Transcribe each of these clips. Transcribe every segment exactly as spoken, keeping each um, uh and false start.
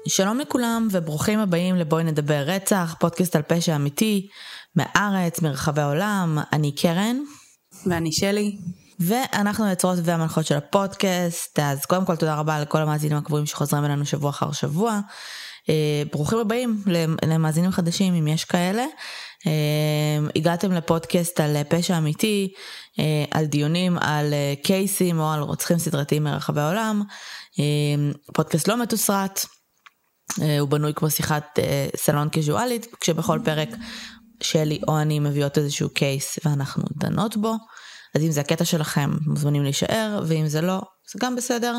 שלום לכולם וברוכים הבאים לבואי נדבר רצח, פודקאסט על פשע אמיתי, מארץ, מרחבי העולם. אני קרן. ואני שלי. ואנחנו היוצרות והמנחות של הפודקאסט. אז קודם כל תודה רבה לכל המאזינים הקבועים שחוזרים אלינו שבוע אחר שבוע. ברוכים הבאים למאזינים חדשים אם יש כאלה. הגעתם לפודקאסט על פשע אמיתי, על דיונים על קייסים או על רוצחים סדרתיים מרחבי העולם. פודקאסט לא מתוסרט, הוא בנוי כמו שיחת סלון קזואלית, כשבכל פרק שלי או אני מביאות איזשהו קייס ואנחנו דנות בו. אז אם זה הקטע שלכם מוזמנים להישאר, ואם זה לא זה גם בסדר.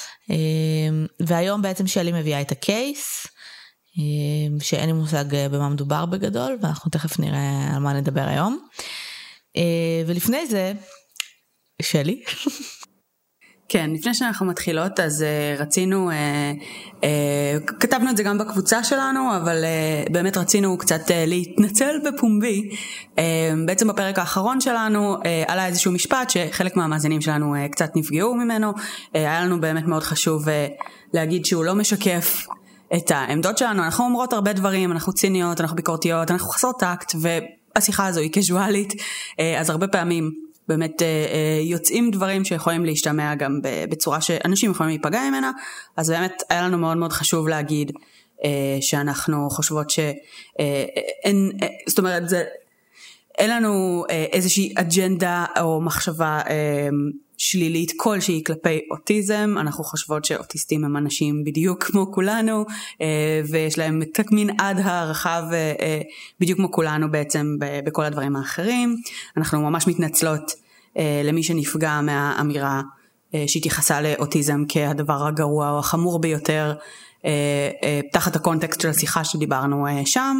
והיום בעצם שלי מביאה את הקייס, שאין לי מושג במה מדובר בגדול, ואנחנו תכף נראה על מה נדבר היום. ולפני זה, שלי. כן, לפני שאנחנו מתחילות, אז uh, רצינו, uh, uh, כתבנו את זה גם בקבוצה שלנו, אבל uh, באמת רצינו קצת uh, להתנצל בפומבי. Uh, בעצם בפרק האחרון שלנו uh, עלה איזשהו משפט שחלק מהמאזינים שלנו uh, קצת נפגעו ממנו. Uh, היה לנו באמת מאוד חשוב uh, להגיד שהוא לא משקף את העמדות שלנו. אנחנו אומרות הרבה דברים, אנחנו ציניות, אנחנו ביקורתיות, אנחנו חסרות טקט, והשיחה הזו היא קזואלית, uh, אז הרבה פעמים באמת יוצאים דברים שיכולים להשתמע גם בצורה שאנשים יכולים להיפגע ממנה. אז באמת היה לנו מאוד מאוד חשוב להגיד שאנחנו חושבות שאין, זאת אומרת, זה, אין לנו איזושהי אג'נדה או מחשבה שלילית כלשהי כלפי אוטיזם. אנחנו חושבות שאוטיסטים הם אנשים בדיוק כמו כולנו, ויש להם את מנעד הרחב בדיוק כמו כולנו בעצם בכל הדברים האחרים. אנחנו ממש מתנצלות למי שנפגע מהאמירה שהתייחסה לאוטיזם כהדבר הגרוע או החמור ביותר, תחת הקונטקסט של השיחה שדיברנו שם.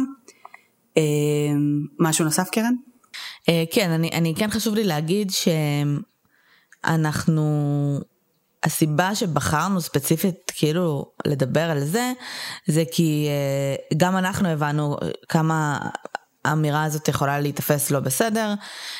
משהו נוסף, קרן? כן, אני, אני כן חשוב לי להגיד ש... אנחנו, הסיבה שבחרנו ספציפית כאילו לדבר על זה, זה כי גם אנחנו הבנו כמה האמירה הזאת יכולה להתאפס לא בסדר,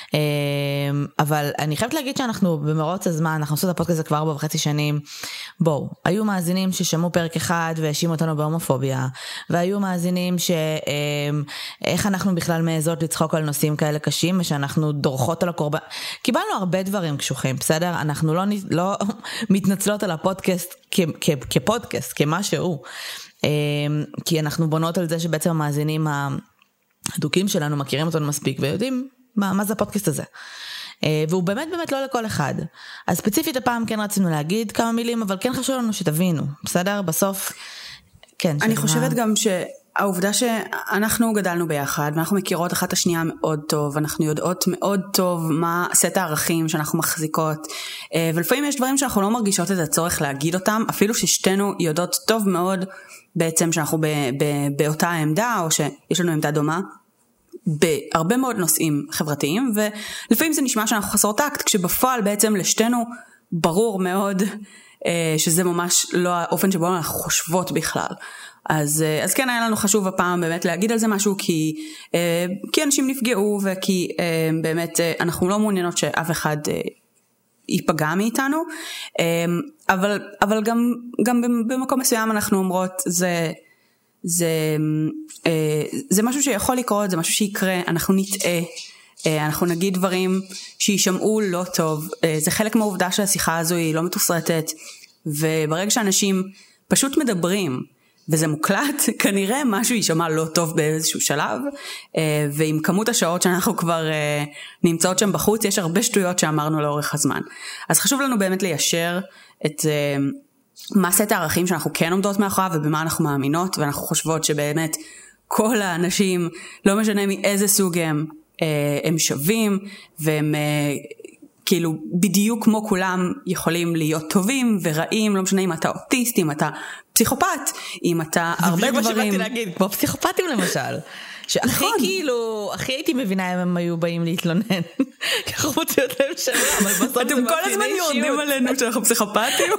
אבל אני חייבת להגיד שאנחנו במרוץ הזמן, אנחנו עושים את הפודקאסט הזה כבר ארבע וחצי שנים. בואו, היו מאזינים ששמעו פרק אחד והאשימו אותנו בהומופוביה, והיו מאזינים שאיך אנחנו בכלל מעזות לצחוק על נושאים כאלה קשים, ושאנחנו דורכות על הקורבן. קיבלנו הרבה דברים קשוחים, בסדר? אנחנו לא, לא מתנצלות על הפודקאסט כ, כ, כפודקאסט, כמשהו, כי אנחנו בונות על זה שבעצם המאזינים ה... הדוקים שלנו מכירים אותנו מספיק ויודעים מה, מה זה הפודקאסט הזה. והוא באמת באמת לא לכל אחד. אז ספציפית הפעם כן רצינו להגיד כמה מילים, אבל כן חשוב לנו שתבינו, בסדר? בסוף, כן. אני חושבת גם שהעובדה שאנחנו גדלנו ביחד, ואנחנו מכירות אחת השנייה מאוד טוב, אנחנו יודעות מאוד טוב מה סט הערכים שאנחנו מחזיקות, ולפעמים יש דברים שאנחנו לא מרגישות את הצורך להגיד אותם, אפילו ששתינו יודעות טוב מאוד בעצם שאנחנו ב, ב, באותה עמדה, או שיש לנו עמדה דומה, בהרבה מאוד נושאים חברתיים, ולפעמים זה נשמע שאנחנו חסרות טקט, כשבפועל בעצם לשתינו ברור מאוד, שזה ממש לא האופן שבו אנחנו חושבות בכלל. אז, אז כן היה לנו חשוב הפעם באמת להגיד על זה משהו, כי, כי אנשים נפגעו, וכי באמת אנחנו לא מעוניינות שאף אחד ייפגע מאיתנו, אבל, אבל גם, גם במקום מסוים אנחנו אומרות, זה, זה, זה משהו שיכול לקרות, זה משהו שיקרה, אנחנו נטעה, אנחנו נגיד דברים שישמעו לא טוב, זה חלק מהעובדה שהשיחה הזו היא לא מתוסרטת, וברגע שאנשים פשוט מדברים, וזה מוקלט, כנראה משהו יישמע לא טוב באיזשהו שלב, ועם כמות השעות שאנחנו כבר נמצאות שם בחוץ, יש הרבה שטויות שאמרנו לאורך הזמן. אז חשוב לנו באמת ליישר את מה סט הערכים שאנחנו כן עומדות מאחוריו, ובמה אנחנו מאמינות, ואנחנו חושבות שבאמת כל האנשים, לא משנה מאיזה סוג הם, הם שווים, והם כאילו בדיוק כמו כולם יכולים להיות טובים ורעים, לא משנה אם אתה אוטיסט, אם אתה פסיכופת, אם אתה הרבה דברים. זה מה שבאתי להגיד, כמו פסיכופטים למשל. שהכי כאילו, הכי הייתי מבינה אם הם היו באים להתלונן. ככה מוציאות להם שלה, אבל בסוף זה אתם כל הזמן יורדים עלינו שאנחנו פסיכופטים?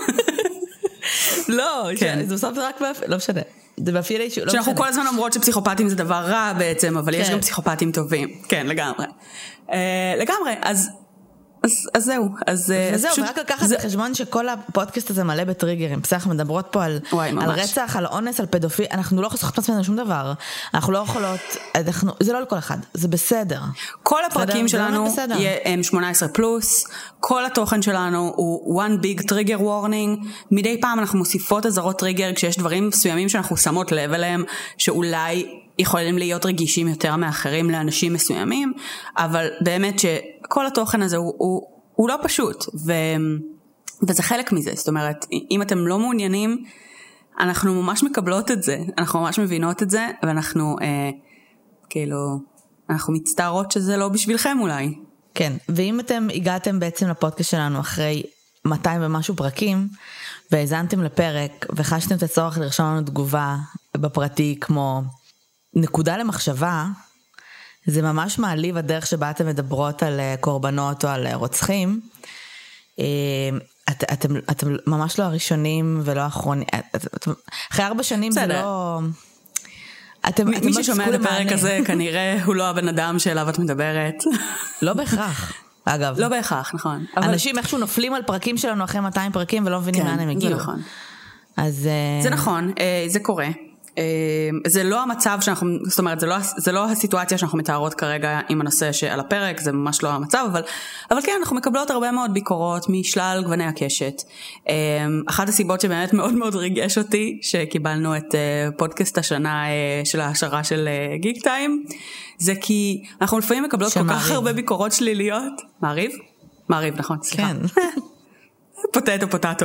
לא, זה בסוף זה רק, לא משנה. זה מאפיין אישו, לא משנה. שאנחנו כל הזמן אומרות שפסיכופטים זה דבר רע בעצם, אבל יש גם פסיכופטים טובים. כן, לגמרי. לגמרי, אז אז, אז זהו, אז, אז זהו, פשוט... ורק לקחת זה... בחשבון שכל הפודקאסט הזה מלא בטריגרים, בסדר, אנחנו מדברות פה על, על רצח, על אונס, על פדופיל, אנחנו לא חוסכות מעצמנו שום דבר, אנחנו לא יכולות, אנחנו, זה לא לכל אחד, זה בסדר. כל הפרקים שלנו הם שמונה עשרה פלוס, כל התוכן שלנו הוא one big trigger warning, מדי פעם אנחנו מוסיפות אזהרות טריגר, כשיש דברים מסוימים שאנחנו שמות לב אליהם, שאולי יכולים להיות רגישים יותר מאחרים לאנשים מסוימים, אבל באמת שכל התוכן הזה הוא, הוא, הוא לא פשוט, ו, וזה חלק מזה, זאת אומרת, אם אתם לא מעוניינים, אנחנו ממש מקבלות את זה, אנחנו ממש מבינות את זה, ואנחנו, אה, כאילו, אנחנו מצטערות שזה לא בשבילכם אולי. כן, ואם אתם הגעתם בעצם לפודקאסט שלנו אחרי מאתיים ומשהו פרקים, והזנתם לפרק, וחשתם את הצורך לרשום לנו תגובה בפרטי כמו... נקודה למחשבה, זה ממש מעליב הדרך שבה אתם מדברות על קורבנות או על רוצחים. את, אתם, אתם ממש לא הראשונים ולא האחרונים. אחרי ארבע שנים זה לא... אתם, מי, מי ששומע את הפרק הזה כנראה הוא לא הבן אדם שאליו את מדברת. לא בהכרח. אגב. לא בהכרח, נכון. אנשים איכשהו נופלים על פרקים שלנו אחרי מאתיים פרקים ולא מבינים לאן הם הגיעו. זה נכון. אז... זה נכון, זה קורה. זה לא המצב שאנחנו, זאת אומרת, זה לא, זה לא הסיטואציה שאנחנו מתארות כרגע עם הנושא שעל הפרק, זה ממש לא המצב, אבל, אבל כן, אנחנו מקבלות הרבה מאוד ביקורות משלל גווני הקשת. אחת הסיבות שבאמת מאוד מאוד ריגש אותי, שקיבלנו את פודקאסט השנה של ההשערה של גיק טיים, זה כי אנחנו לפעמים מקבלות כל כך הרבה ביקורות שליליות. מעריב? מעריב, נכון, סליחה. כן. פוטטו, פוטטו.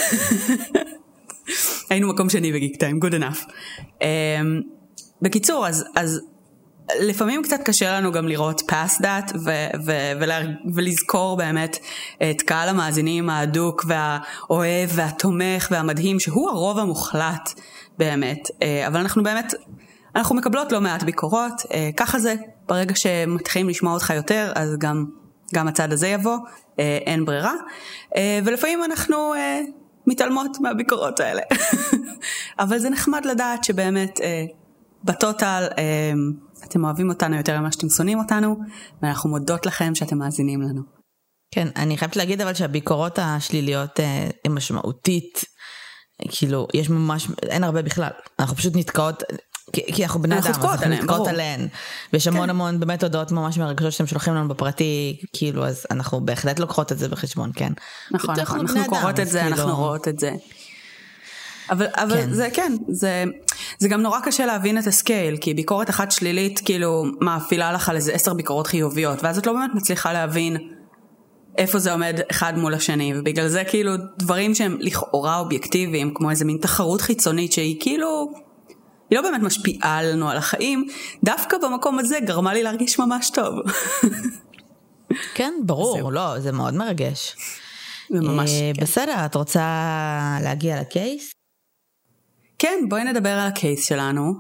היינו מקום שני בגיק טיים, good enough. Um, בקיצור, אז, אז לפעמים קצת קשה לנו גם לראות past that, ו- ו- ולה- ולזכור באמת את קהל המאזינים האדוק והאוהב והתומך והמדהים, שהוא הרוב המוחלט באמת. Uh, אבל אנחנו באמת, אנחנו מקבלות לא מעט ביקורות, uh, ככה זה, ברגע שמתחילים לשמוע אותך יותר, אז גם, גם הצד הזה יבוא, uh, אין ברירה. Uh, ולפעמים אנחנו... Uh, מתעלמות מהביקורות האלה. אבל זה נחמד לדעת שבאמת אה, בטוטל אה, אתם אוהבים אותנו יותר ממה שאתם שונאים אותנו, ואנחנו מודות לכם שאתם מאזינים לנו. כן, אני חייבת להגיד אבל שהביקורות השליליות אה, הן משמעותית, כאילו יש ממש, אין הרבה בכלל, אנחנו פשוט נתקעות, כי, כי אנחנו בני אדם, אנחנו עליהם, נתקעות ברור. עליהן, ויש המון כן. המון באמת הודעות ממש מרגשות שאתם שולחים לנו בפרטי, כאילו אז אנחנו בהחלט לוקחות את זה בחשבון, כן. נכון, נכון אנחנו, אנחנו קוראות אדם, את זה, כאילו... אנחנו רואות את זה. אבל, אבל כן. זה כן, זה, זה גם נורא קשה להבין את הסקייל, כי ביקורת אחת שלילית כאילו מאפילה לך על איזה עשר ביקורות חיוביות, ואז את לא באמת מצליחה להבין איפה זה עומד אחד מול השני, ובגלל זה כאילו דברים שהם לכאורה אובייקטיביים, כמו איזה מין תחרות חיצונית שהיא כאילו... היא לא באמת משפיעה לנו על החיים, דווקא במקום הזה גרמה לי להרגיש ממש טוב. כן, ברור, לא, זה מאוד מרגש. ממש, כן. בסדר, את רוצה להגיע לקייס? כן, בואי נדבר על הקייס שלנו.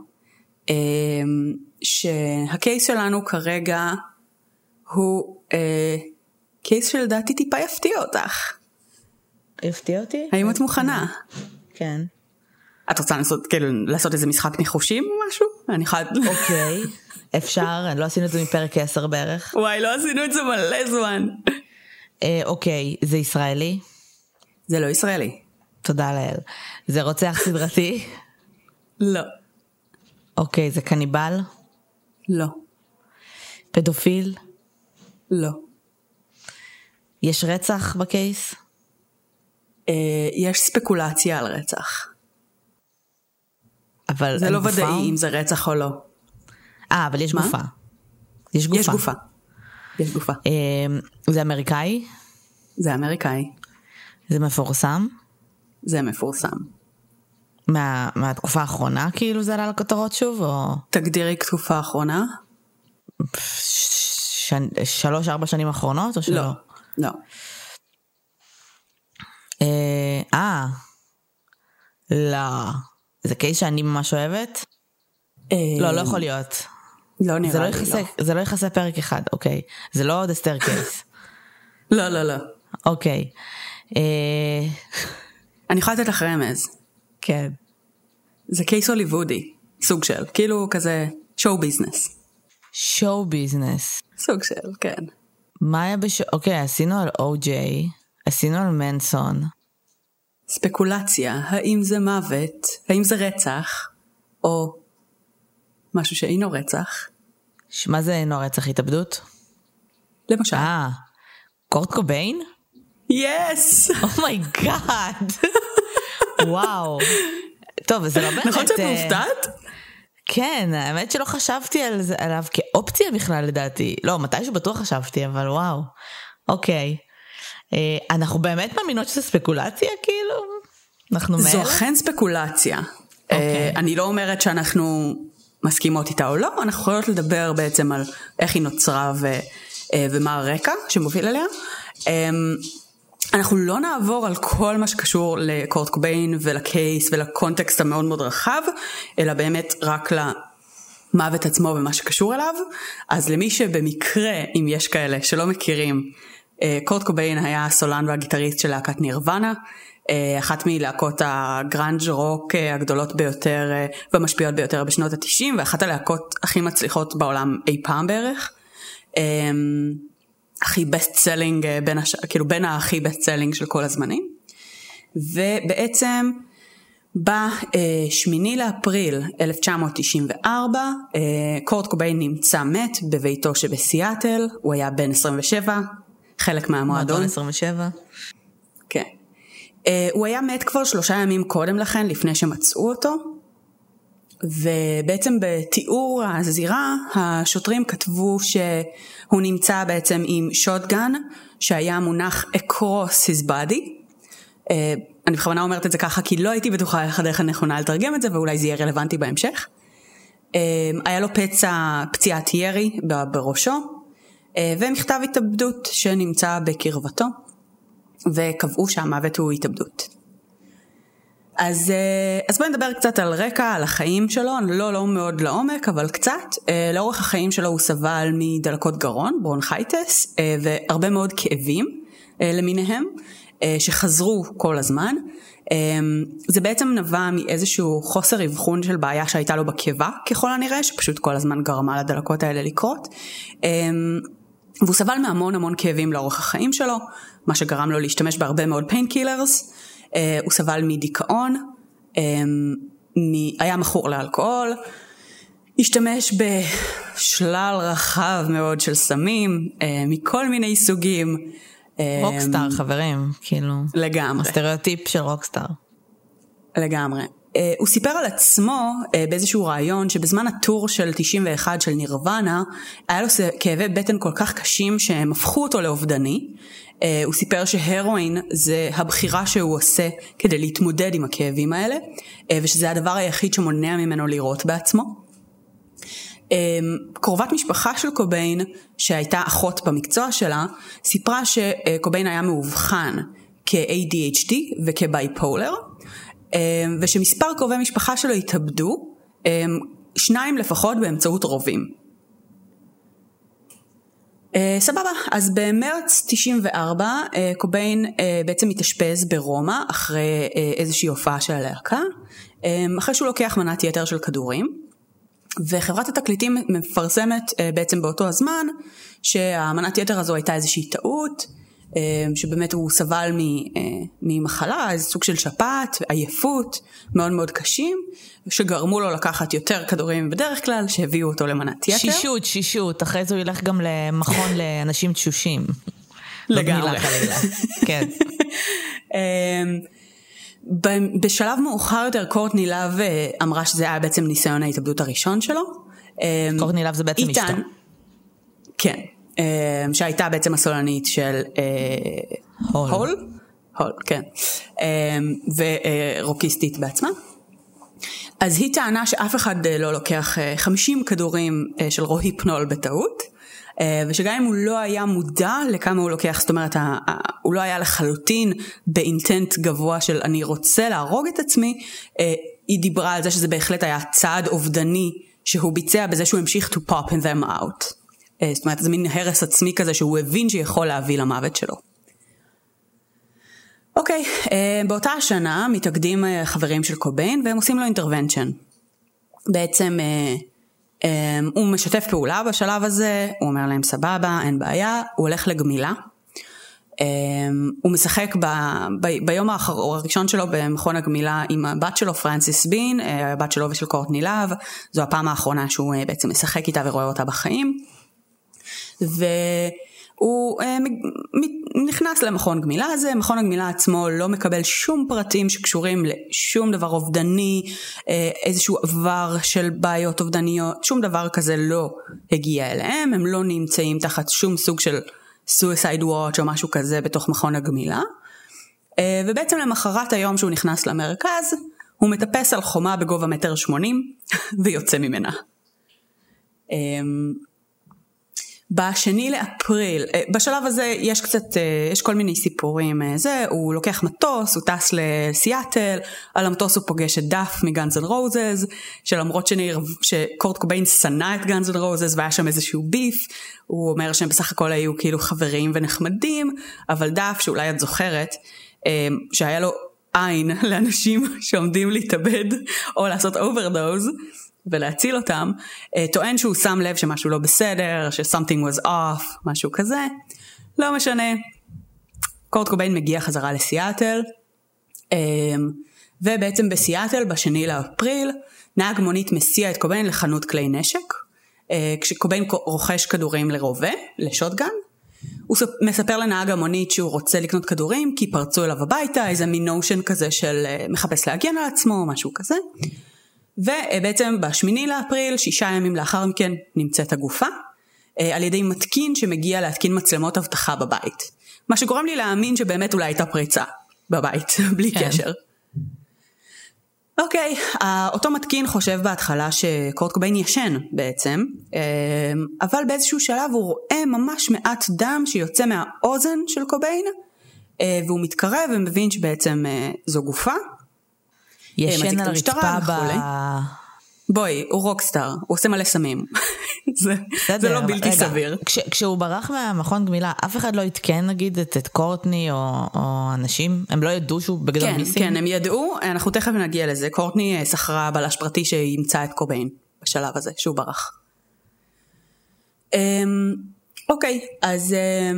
שהקייס שלנו כרגע הוא קייס שלדעתי טיפה יפתיע אותך. יפתיע אותי? האם את מוכנה? כן. את רוצה לעשות, כאילו, לעשות איזה משחק ניחושים או משהו? אני יכולה... אוקיי, אפשר, לא עשינו את זה מפרק עשר בערך. וואי, לא עשינו את זה מלא זמן. אוקיי, זה ישראלי? זה לא ישראלי. תודה לאל. זה רוצח סדרתי? לא. אוקיי, זה קניבל? לא. פדופיל? לא. יש רצח בקייס? יש ספקולציה על רצח. אבל זה לא ודאי אם זה רצח או לא. אה, אבל יש גופה. יש גופה. יש גופה. יש גופה. זה אמריקאי? זה אמריקאי. זה מפורסם? זה מפורסם. מה, מהתקופה האחרונה כאילו זה עלה לכותרות שוב או? תגדירי תקופה האחרונה? ש... שלוש ארבע שנים האחרונות או שלא? לא. לא. אה, לא. זה קייס שאני ממש אוהבת? לא, לא יכול להיות. לא נראה לי, לא. זה לא יחסה פרק אחד, אוקיי. זה לא עוד אסתר קייס. לא, לא, לא. אוקיי. אני יכולה לתת לך רמז. כן. זה קייס הוליוודי, סוג של, כאילו כזה שואו ביזנס. שואו ביזנס. סוג של, כן. מה היה בש... אוקיי, עשינו על או-ג'יי, עשינו על מנסון. ספקולציה, האם זה מוות, האם זה רצח, או משהו שאינו רצח. מה זה אינו רצח? התאבדות? למשל. אה, קורט קוביין? יס! אומייגאד! וואו. טוב, זה לא באמת... נכון שאת מופתעת? כן, האמת שלא חשבתי על זה, עליו כאופציה בכלל לדעתי. לא, מתישהו בטוח חשבתי, אבל וואו. אוקיי. אנחנו באמת מאמינות שזה ספקולציה, כאילו? אנחנו מאלה? זו אכן ספקולציה. אוקיי. אני לא אומרת שאנחנו מסכימות איתה או לא, אנחנו יכולות לדבר בעצם על איך היא נוצרה ו... ומה הרקע שמוביל אליה. אנחנו לא נעבור על כל מה שקשור לקורט קוביין ולקייס ולקונטקסט המאוד מאוד רחב, אלא באמת רק למוות עצמו ומה שקשור אליו. אז למי שבמקרה, אם יש כאלה שלא מכירים, קורט קוביין היה הסולן והגיטריסט של להקת נירוונה, אחת מלהקות הגרנג' רוק הגדולות ביותר והמשפיעות ביותר בשנות ה-תשעים, ואחת הלהקות הכי מצליחות בעולם אי פעם בערך. הכי בסט סלינג, בין, הש... כאילו בין הכי בסט סלינג של כל הזמנים. ובעצם בשמיני לאפריל אלף תשע מאות תשעים וארבע, קורט קוביין נמצא מת בביתו שבסיאטל, הוא היה בן עשרים ושבע, חלק מהמועדון. מועדון עשרים ושבע. כן. הוא היה מת כבר שלושה ימים קודם לכן, לפני שמצאו אותו, ובעצם בתיאור הזירה, השוטרים כתבו שהוא נמצא בעצם עם שוטגן, שהיה מונח across his body. אני בכוונה אומרת את זה ככה, כי לא הייתי בטוחה איך הדרך הנכונה לתרגם את זה, ואולי זה יהיה רלוונטי בהמשך. היה לו פצע, פציעת ירי בראשו, ומכתב התאבדות שנמצא בקרבתו, וקבעו שהמוות הוא התאבדות. אז, אז בואי נדבר קצת על רקע, על החיים שלו, לא, לא מאוד לעומק, אבל קצת. לאורך החיים שלו הוא סבל מדלקות גרון, ברונכייטס, והרבה מאוד כאבים למיניהם, שחזרו כל הזמן. זה בעצם נבע מאיזשהו חוסר אבחון של בעיה שהייתה לו בקיבה, ככל הנראה, שפשוט כל הזמן גרמה לדלקות האלה לקרות. והוא סבל מהמון המון כאבים לאורך החיים שלו, מה שגרם לו להשתמש בהרבה מאוד פיינקילרס. הוא סבל מדיכאון, היה מכור לאלכוהול, השתמש בשלל רחב מאוד של סמים, מכל מיני סוגים. רוקסטאר, חברים, כאילו. לגמרי. הסטריאוטיפ של רוקסטאר. לגמרי. הוא סיפר על עצמו באיזשהו רעיון שבזמן הטור של תשעים ואחת של נירוונה, היה לו כאבי בטן כל כך קשים שהם הפכו אותו לאובדני. הוא סיפר שהרואין זה הבחירה שהוא עושה כדי להתמודד עם הכאבים האלה, ושזה הדבר היחיד שמונע ממנו לראות בעצמו. קרובת משפחה של קוביין, שהייתה אחות במקצוע שלה, סיפרה שקוביין היה מאובחן כ-איי די אייץ' די וכבייפולר, ושמספר קרובי משפחה שלו התאבדו, שניים לפחות באמצעות רובים. סבבה, אז במרץ תשעים וארבע קוביין בעצם מתאשפז ברומא אחרי איזושהי הופעה של הלהקה, אחרי שהוא לוקח מנת יתר של כדורים, וחברת התקליטים מפרסמת בעצם באותו הזמן שהמנת יתר הזו הייתה איזושהי טעות, שבאמת הוא סבל ממחלה, איזה סוג של שפעת, עייפות, מאוד מאוד קשים, שגרמו לו לקחת יותר כדורים בדרך כלל, שהביאו אותו למנת יתר. שישות, שישות, אחרי זה הוא ילך גם למכון לאנשים תשושים. לגמרי. כן. בשלב מאוחר יותר, קורטני לאב אמרה שזה היה בעצם ניסיון ההתאבדות הראשון שלו. קורטני לאב זה בעצם אשתו. כן. שהייתה בעצם הסולנית של הול. הול, הול, כן. ורוקיסטית בעצמה. אז היא טענה שאף אחד לא לוקח חמישים כדורים של רוהיפנול בטעות, ושגם אם הוא לא היה מודע לכמה הוא לוקח, זאת אומרת, הוא לא היה לחלוטין באינטנט גבוה של אני רוצה להרוג את עצמי, היא דיברה על זה שזה בהחלט היה צעד אובדני שהוא ביצע בזה שהוא המשיך to pop them out. זאת אומרת, זה מין הרס עצמי כזה שהוא הבין שיכול להביא למוות שלו. אוקיי, באותה השנה מתאגדים חברים של קוביין והם עושים לו אינטרוונצ'ן. בעצם הוא משתף פעולה בשלב הזה, הוא אומר להם סבבה, אין בעיה, הוא הולך לגמילה, הוא משחק ב, ב, ביום הראשון שלו במכון הגמילה עם הבת שלו פרנסיס בין, הבת שלו ושל קורטני להב, זו הפעם האחרונה שהוא בעצם משחק איתה ורואה אותה בחיים, והוא נכנס למכון גמילה הזה, מכון הגמילה עצמו לא מקבל שום פרטים שקשורים לשום דבר אובדני, איזשהו עבר של בעיות אובדניות, שום דבר כזה לא הגיע אליהם, הם לא נמצאים תחת שום סוג של suicide watch או משהו כזה בתוך מכון הגמילה, ובעצם למחרת היום שהוא נכנס למרכז, הוא מטפס על חומה בגובה מטר שמונים ויוצא ממנה. בשני לאפריל, בשלב הזה יש קצת, יש כל מיני סיפורים, זה, הוא לוקח מטוס, הוא טס לסיאטל, על המטוס הוא פוגש את דף מגאנז אנד רוזז, שלמרות שניר, שקורט קוביין שנא את גאנז אנד רוזז, והיה שם איזשהו ביף, הוא אומר שהם בסך הכל היו כאילו חברים ונחמדים, אבל דף, שאולי את זוכרת, שהיה לו עין לאנשים שעומדים להתאבד, או לעשות אוברדוז, ולהציל אותם, טוען שהוא שם לב שמשהו לא בסדר, ש-something was off, משהו כזה, לא משנה. קורט קוביין מגיע חזרה לסיאטל, ובעצם בסיאטל, בשני לאפריל, נהג מונית מסיע את קוביין לחנות כלי נשק, כשקוביין רוכש כדורים לרובה, לשוטגן, הוא מספר לנהג המונית שהוא רוצה לקנות כדורים, כי פרצו אליו הביתה, איזה מין נושן כזה של מחפש להגן על עצמו, משהו כזה, ובעצם בשמיני לאפריל, שישה ימים לאחר מכן, נמצאת הגופה, על ידי מתקין שמגיע להתקין מצלמות אבטחה בבית. מה שגורם לי להאמין שבאמת אולי הייתה פריצה בבית, בלי כן. קשר. אוקיי, אותו מתקין חושב בהתחלה שקורט קוביין ישן בעצם, אבל באיזשהו שלב הוא רואה ממש מעט דם שיוצא מהאוזן של קוביין, והוא מתקרב ומבין שבעצם זו גופה, ישן על הרצפה ב... בואי, הוא רוקסטאר, הוא עושה מלא סמים. זה, זה לא בלתי רגע, סביר. כש, כשהוא ברח מהמכון גמילה, אף אחד לא יתקן נגיד את, את קורטני או, או אנשים? הם לא ידעו שהוא בגדול כן, מיסים? כן, הם ידעו, אנחנו תכף נגיע לזה. קורטני שכרה בלש פרטי שימצא את קוביין בשלב הזה, שהוא ברח. אוקיי, אז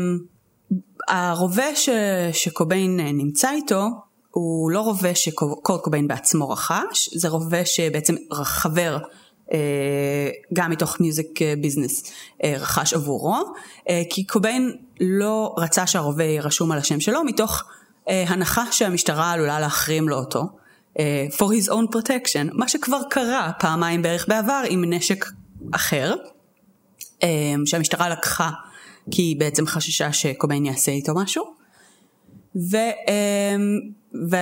הרובה ש, שקוביין נמצא איתו, הוא לא רובה שקורט קוביין בעצמו רכש, זה רובה שבעצם חבר גם מתוך מיוזיק ביזנס רכש עבורו, כי קוביין לא רצה שהרובה ירשום על השם שלו, מתוך הנחה שהמשטרה עלולה להחרים לו אותו, for his own protection, מה שכבר קרה פעמיים בערך בעבר עם נשק אחר, שהמשטרה לקחה, כי היא בעצם חששה שקוביין יעשה איתו משהו, ו... ו...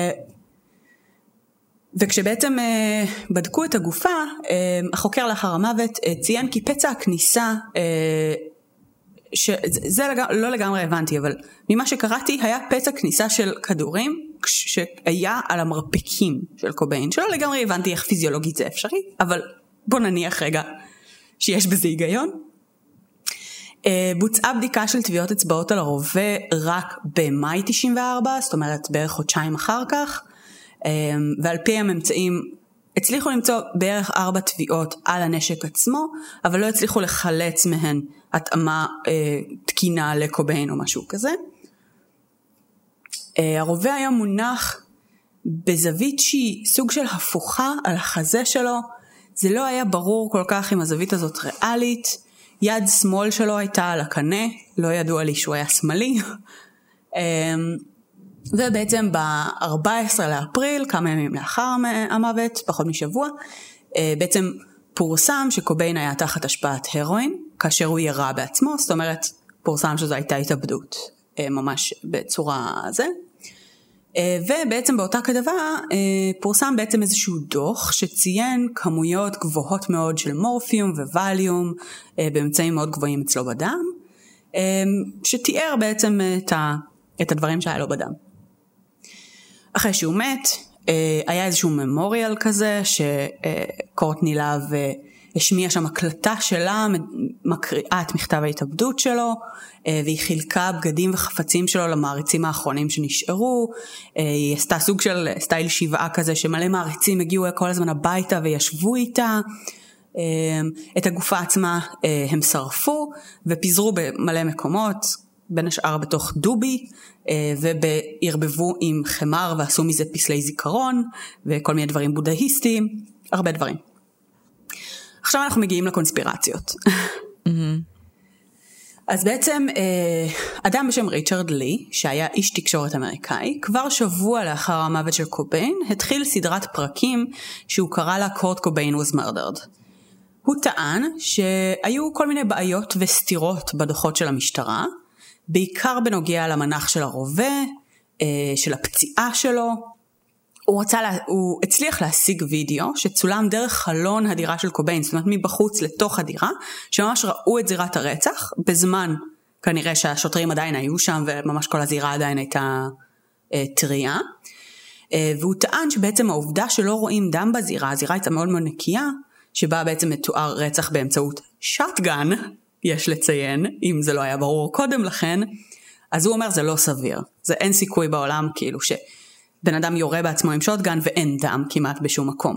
וכשבעצם בדקו את הגופה, החוקר לאחר המוות ציין כי פצע הכניסה, שזה לא לגמרי הבנתי, אבל ממה שקראתי היה פצע כניסה של כדורים שהיה על המרפקים של קוביין, שלא לגמרי הבנתי איך פיזיולוגית זה אפשרי, אבל בוא נניח רגע שיש בזה היגיון. בוצעה בדיקה של טביעות אצבעות על הרובה רק במאי תשעים וארבע, זאת אומרת בערך חודשיים אחר כך, ועל פי הממצאים הצליחו למצוא בערך ארבע טביעות על הנשק עצמו, אבל לא הצליחו לחלץ מהן התאמה תקינה לקוביין או משהו כזה. הרובה היה מונח בזווית שהיא סוג של הפוכה על החזה שלו, זה לא היה ברור כל כך אם הזווית הזאת ריאלית, יד שמאל שלו הייתה על הקנה, לא ידוע לי שהוא היה שמאלי, ובעצם ב-ארבעה עשר לאפריל, כמה ימים לאחר המוות, פחות משבוע, בעצם פורסם שקוביין היה תחת השפעת הרואין, כאשר הוא ירה בעצמו, זאת אומרת, פורסם שזו הייתה התאבדות, ממש בצורה זה, ובעצם באותה כתבה פורסם בעצם איזשהו דוח שציין כמויות גבוהות מאוד של מורפיום וווליום באמצעים מאוד גבוהים אצלו בדם, שתיאר בעצם את, ה, את הדברים שהיה לו בדם. אחרי שהוא מת, היה איזשהו ממוריאל כזה שקורטני להב השמיע שם הקלטה שלה, מקריאה את מכתב ההתאבדות שלו, והיא חילקה בגדים וחפצים שלו למעריצים האחרונים שנשארו, היא עשתה סוג של סטייל שבעה כזה, שמלא מעריצים הגיעו כל הזמן הביתה וישבו איתה, את הגופה עצמה הם שרפו ופיזרו במלא מקומות, בין השאר בתוך דובי, ובערבבו עם חמר ועשו מזה פסלי זיכרון, וכל מיני דברים בודהיסטיים, הרבה דברים. עכשיו אנחנו מגיעים לקונספירציות. אז בעצם אדם בשם ריצ'רד לי, שהיה איש תקשורת אמריקאי, כבר שבוע לאחר המוות של קוביין, התחיל סדרת פרקים שהוא קרא לה קורט קוביין was murdered. הוא טען שהיו כל מיני בעיות וסתירות בדוחות של המשטרה, בעיקר בנוגע למנח של הרובה, של הפציעה שלו. הוא, רצה לה, הוא הצליח להשיג וידאו שצולם דרך חלון הדירה של קוביין, זאת אומרת מבחוץ לתוך הדירה, שממש ראו את זירת הרצח, בזמן כנראה שהשוטרים עדיין היו שם, וממש כל הזירה עדיין הייתה אה, טריה. אה, והוא טען שבעצם העובדה שלא רואים דם בזירה, הזירה הייתה מאוד מאוד נקייה, שבה בעצם מתואר רצח באמצעות שטגן, יש לציין, אם זה לא היה ברור קודם לכן, אז הוא אומר זה לא סביר, זה אין סיכוי בעולם כאילו שבן אדם יורה בעצמו עם שוטגן ואין דם כמעט בשום מקום.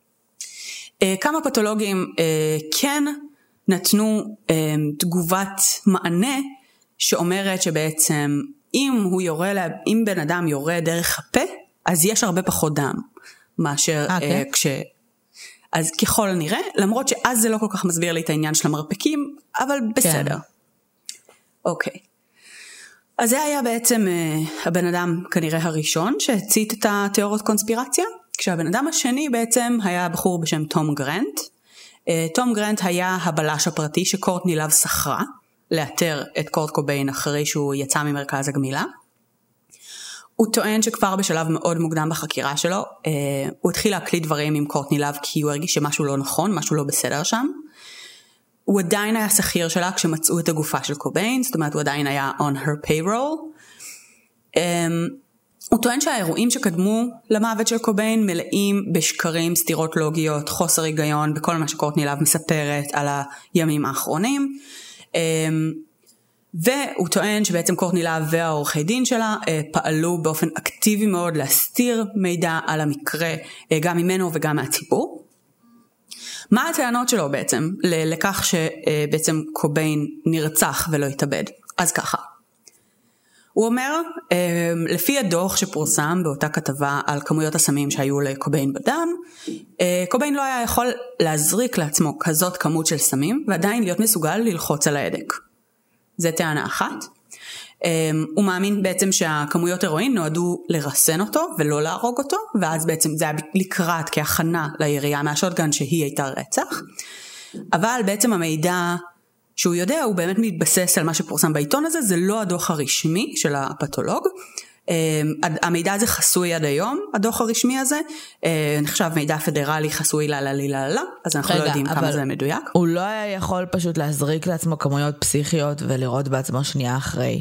כמה פתולוגים כן נתנו תגובת מענה שאומרת שבעצם אם הוא יורה, אם בן אדם יורה דרך הפה, אז יש הרבה פחות דם מאשר okay. כש... אז ככל הנראה, למרות שאז זה לא כל כך מסביר לי את העניין של המרפקים, אבל בסדר. כן. אוקיי. אז זה היה בעצם uh, הבן אדם כנראה הראשון שהצית את התיאוריות קונספירציה, כשהבן אדם השני בעצם היה בחור בשם תום גרנט. Uh, תום גרנט היה הבלש הפרטי שקורטני לאב שכרה, לאתר את קורט קוביין אחרי שהוא יצא ממרכז הגמילה. הוא טוען שכבר בשלב מאוד מוקדם בחקירה שלו, אה, הוא התחיל להקליט דברים עם קורטני לאב, כי הוא הרגיש שמשהו לא נכון, משהו לא בסדר שם. הוא עדיין היה שכיר שלה כשמצאו את הגופה של קוביין, זאת אומרת הוא עדיין היה on her payroll. אה, הוא טוען שהאירועים שקדמו למוות של קוביין מלאים בשקרים, סתירות לוגיות, חוסר היגיון, בכל מה שקורטני לאב מספרת על הימים האחרונים. אה, והוא טוען שבעצם קורטני לאב והעורכי דין שלה פעלו באופן אקטיבי מאוד להסתיר מידע על המקרה גם ממנו וגם מהציבור. מה הטענות שלו בעצם לכך שבעצם קוביין נרצח ולא התאבד? אז ככה. הוא אומר, לפי הדוח שפורסם באותה כתבה על כמויות הסמים שהיו לקוביין בדם, קוביין לא היה יכול להזריק לעצמו כזאת כמות של סמים ועדיין להיות מסוגל ללחוץ על ההדק. זה טענה אחת. הוא מאמין בעצם שהכמויות הרואין נועדו לרסן אותו ולא להרוג אותו, ואז בעצם זה היה לקראת כהכנה לירייה מהשוטגן שהיא הייתה רצח. אבל בעצם המידע שהוא יודע הוא באמת מתבסס על מה שפורסם בעיתון הזה, זה לא הדוח הרשמי של הפתולוג. המידע הזה חסוי עד היום, הדוח הרשמי הזה, נחשב מידע פדרלי חסוי לה לה לה לה, אז אנחנו רגע, לא יודעים כמה זה מדויק. הוא לא היה יכול פשוט להזריק לעצמו כמויות פסיכיות ולראות בעצמו שנייה אחרי.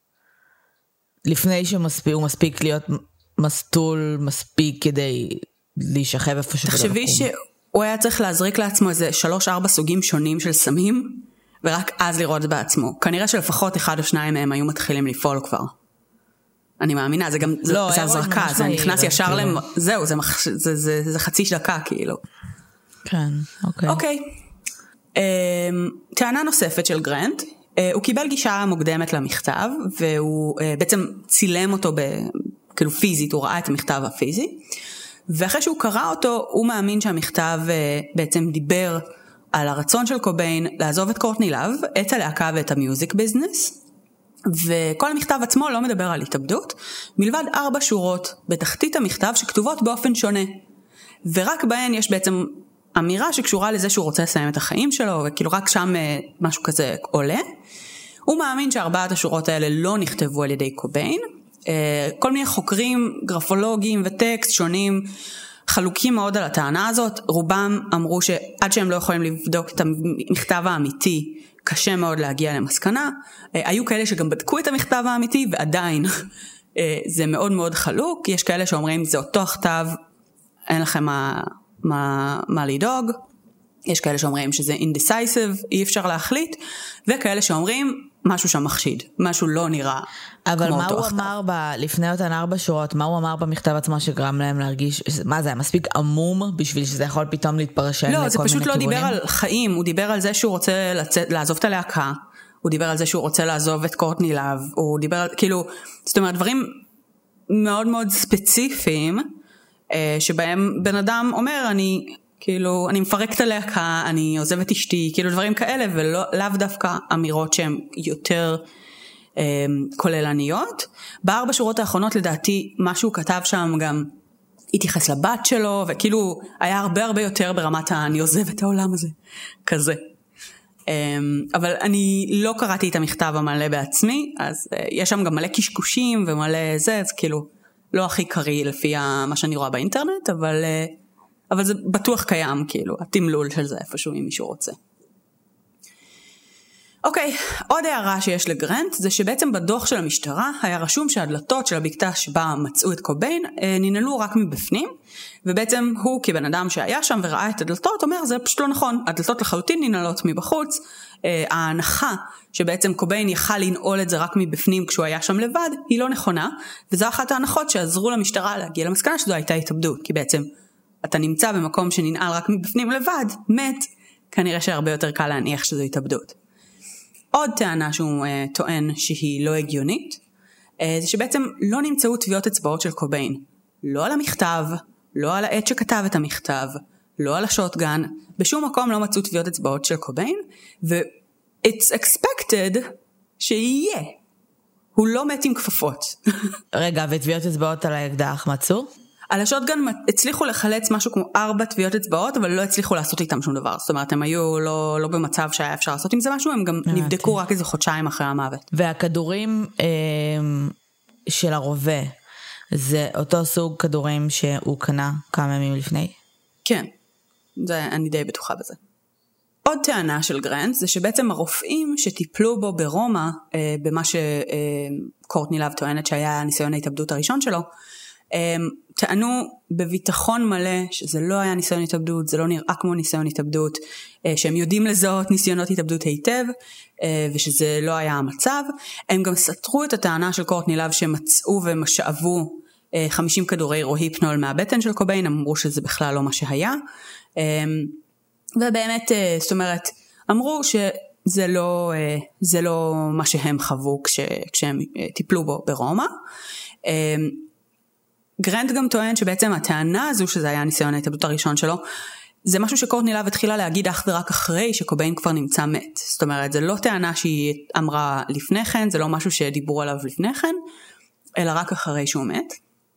לפני שמספיק, הוא מספיק להיות מסטול מספיק כדי להישכב איפשהו. תחשבי שהוא היה צריך להזריק לעצמו איזה שלוש ארבע סוגים שונים של סמים, ורק אז לראות בעצמו. כנראה שלפחות אחד או שניים מהם היו מתחילים לפעול כבר. אני מאמינה, זה גם, לא, זה הזרקה, זה נכנס ישר כאילו. למ... זהו, זה, מח... זה, זה, זה חצי דקה כאילו. כן, אוקיי. אוקיי. טענה נוספת של גרנט, הוא קיבל גישה מוקדמת למכתב, והוא בעצם צילם אותו ב... כאילו פיזית, הוא ראה את המכתב הפיזי, ואחרי שהוא קרא אותו, הוא מאמין שהמכתב בעצם דיבר על הרצון של קוביין לעזוב את קורטני לאב, את הלהקה ואת המיוזיק ביזנס, וכל המכתב עצמו לא מדבר על התאבדות, מלבד ארבע שורות בתחתית המכתב שכתובות באופן שונה. ורק בהן יש בעצם אמירה שקשורה לזה שהוא רוצה לסיים את החיים שלו, וכאילו רק שם משהו כזה עולה. הוא מאמין שארבעת השורות האלה לא נכתבו על ידי קוביין. כל מיני חוקרים, גרפולוגים וטקסט שונים, חלוקים מאוד על הטענה הזאת. רובם אמרו שעד שהם לא יכולים לבדוק את המכתב האמיתי, קשה מאוד להגיע למסקנה. היו כאלה שגם בדקו את המכתב האמיתי, ועדיין זה מאוד מאוד חלוק. יש כאלה שאומרים, זה אותו כתב, אין לכם מה, מה, מה לדאוג. יש כאלה שאומרים שזה indecisive, אי אפשר להחליט. וכאלה שאומרים, משהו שם מחשיד, משהו לא נראה אבל כמו מה אותו הוא הכתב. אמר ב... לפני אותן ארבע שורות, מה הוא אמר במכתב עצמו שגרם להם להרגיש, מה זה היה מספיק עמום בשביל שזה יכול פתאום להתפרשן לכל מיני כיוונים? לא, זה פשוט לא דיבר על חיים, הוא דיבר על זה שהוא רוצה לצאת, לעזוב את הלהקה, הוא דיבר על זה שהוא רוצה לעזוב את קורטני לאב, הוא דיבר על, כאילו, זאת אומרת, דברים מאוד מאוד ספציפיים, שבהם בן אדם אומר, אני, כאילו, אני מפרק את הלהקה, אני עוזב את אשתי, כאילו דברים כאלה, ולאו דווקא אמירות שהן יותר אה, כוללניות. בארבע שורות האחרונות, לדעתי, מה שהוא כתב שם גם התייחס לבת שלו, וכאילו היה הרבה הרבה יותר ברמת אני עוזב את העולם הזה, כזה. אבל אני לא קראתי את המכתב המלא בעצמי, אז יש שם גם מלא קשקושים ומלא זה, אז כאילו לא הכי קרי לפי מה שאני רואה באינטרנט, אבל, אבל זה בטוח קיים, כאילו, התמלול של זה איפשהו אם מישהו רוצה. אוקיי, עוד הערה שיש לגרנט, זה שבעצם בדוח של המשטרה היה רשום שהדלתות של הבקתה שבה מצאו את קוביין ננעלו רק מבפנים, ובעצם הוא כבן אדם שהיה שם וראה את הדלתות אומר זה פשוט לא נכון, הדלתות לחלוטין ננעלות מבחוץ, ההנחה שבעצם קוביין יכל לנעול את זה רק מבפנים כשהוא היה שם לבד, היא לא נכונה, וזו אחת ההנחות שעזרו למשטרה להגיע למסקנה שזו הייתה התאבדות, כי בעצם אתה נמצא במקום שננעל רק מבפנים לבד, מת, כנראה שהרבה יותר קל להניח שזו התאבדות. עוד טענה שהוא uh, טוען שהיא לא הגיונית, uh, זה שבעצם לא נמצאו טביעות אצבעות של קוביין. לא על המכתב, לא על העת שכתב את המכתב, לא על השוטגן, בשום מקום לא מצאו טביעות אצבעות של קוביין, ו-it's expected שיהיה. הוא לא מת עם כפפות. רגע, וטביעות אצבעות על האקדח מצאו? על השוטגן הצליחו לחלץ משהו כמו ארבע טביעות אצבעות, אבל לא הצליחו לעשות איתם שום דבר. זאת אומרת, הם היו לא, לא במצב שהיה אפשר לעשות עם זה משהו, הם גם נבדקו רק איזה חודשיים אחרי המוות. והכדורים אה, של הרובה, זה אותו סוג כדורים שהוא קנה כמה ימים לפני? כן, זה, אני די בטוחה בזה. עוד טענה של גרנט, זה שבעצם הרופאים שטיפלו בו ברומא, אה, במה שקורטני לאב טוענת שהיה ניסיון ההתאבדות הראשון שלו, טענו בביטחון מלא שזה לא היה ניסיון התאבדות, זה לא נראה כמו ניסיון התאבדות, שהם יודעים לזהות ניסיונות התאבדות היטב, ושזה לא היה המצב. הם גם סתרו את הטענה של קורטני לאב שמצאו ומשאבו חמישים כדורי רוהיפנול מהבטן של קוביין, אמרו שזה בכלל לא מה שהיה. ובאמת, זאת אומרת, אמרו שזה לא, זה לא מה שהם חוו כש, כשהם טיפלו בו ברומא. גרנט גם טוען שבעצם הטענה הזו שזה היה ניסיון ההתאבדות הראשון שלו, זה משהו שקורטני לאב התחילה להגיד אך ורק אחרי שקוביין כבר נמצא מת. זאת אומרת, זה לא טענה שהיא אמרה לפני כן, זה לא משהו שדיברו עליו לפני כן, אלא רק אחרי שהוא מת.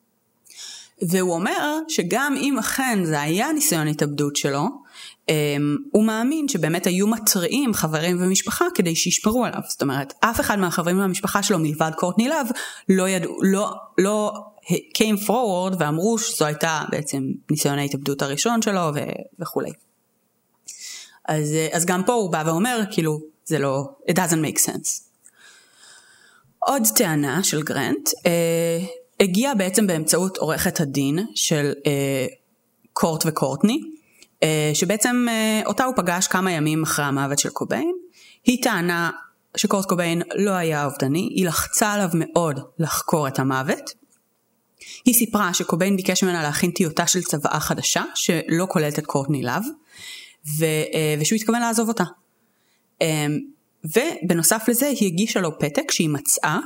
והוא אומר שגם אם אכן זה היה ניסיון התאבדות שלו, הוא מאמין שבאמת היו מטריעים חברים ומשפחה כדי שישפרו עליו. זאת אומרת, אף אחד מהחברים והמשפחה שלו מלבד קורטני לאב לא ידעו, לא, לא came forward ואמרו שזו הייתה בעצם ניסיון ההתאבדות הראשון שלו ו- וכו'. אז, אז גם פה הוא בא ואומר, כאילו, זה לא, it doesn't make sense. עוד טענה של גרנט, אה, הגיעה בעצם באמצעות עורכת הדין של אה, קורט וקורטני, אה, שבעצם אה, אותה הוא פגש כמה ימים אחרי המוות של קוביין. היא טענה שקורט קוביין לא היה אובדני, היא לחצה עליו מאוד לחקור את המוות. היא סיפרה שקוביין ביקש ממנה להכין טיוטה של צוואה חדשה, שלא כוללת את קורטני לאב, ו, אה, ושהוא התכוון לעזוב אותה. אה, ובנוסף לזה היא הגישה לו פתק שהיא מצאה,